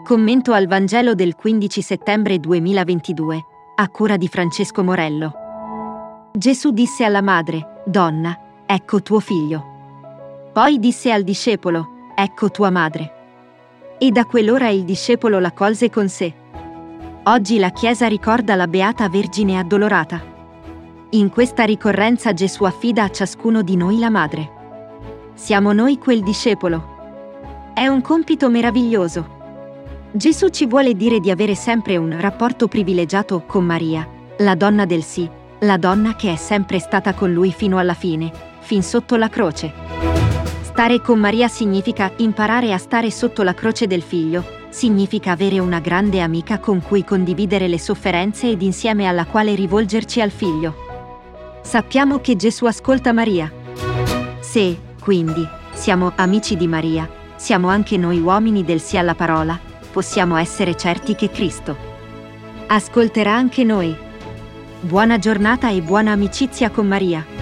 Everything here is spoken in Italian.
Commento al Vangelo del 15 settembre 2022, a cura di Francesco Morello. Gesù disse alla madre: «Donna, ecco tuo figlio». Poi disse al discepolo: «Ecco tua madre». E da quell'ora il discepolo la colse con sé. Oggi la Chiesa ricorda la Beata Vergine Addolorata. In questa ricorrenza Gesù affida a ciascuno di noi la madre. Siamo noi quel discepolo. È un compito meraviglioso. Gesù ci vuole dire di avere sempre un rapporto privilegiato con Maria, la donna del sì, la donna che è sempre stata con lui fino alla fine, fin sotto la croce. Stare con Maria significa imparare a stare sotto la croce del Figlio, significa avere una grande amica con cui condividere le sofferenze ed insieme alla quale rivolgerci al Figlio. Sappiamo che Gesù ascolta Maria. Se, quindi, siamo amici di Maria, siamo anche noi uomini del sì alla parola, possiamo essere certi che Cristo ascolterà anche noi. Buona giornata e buona amicizia con Maria.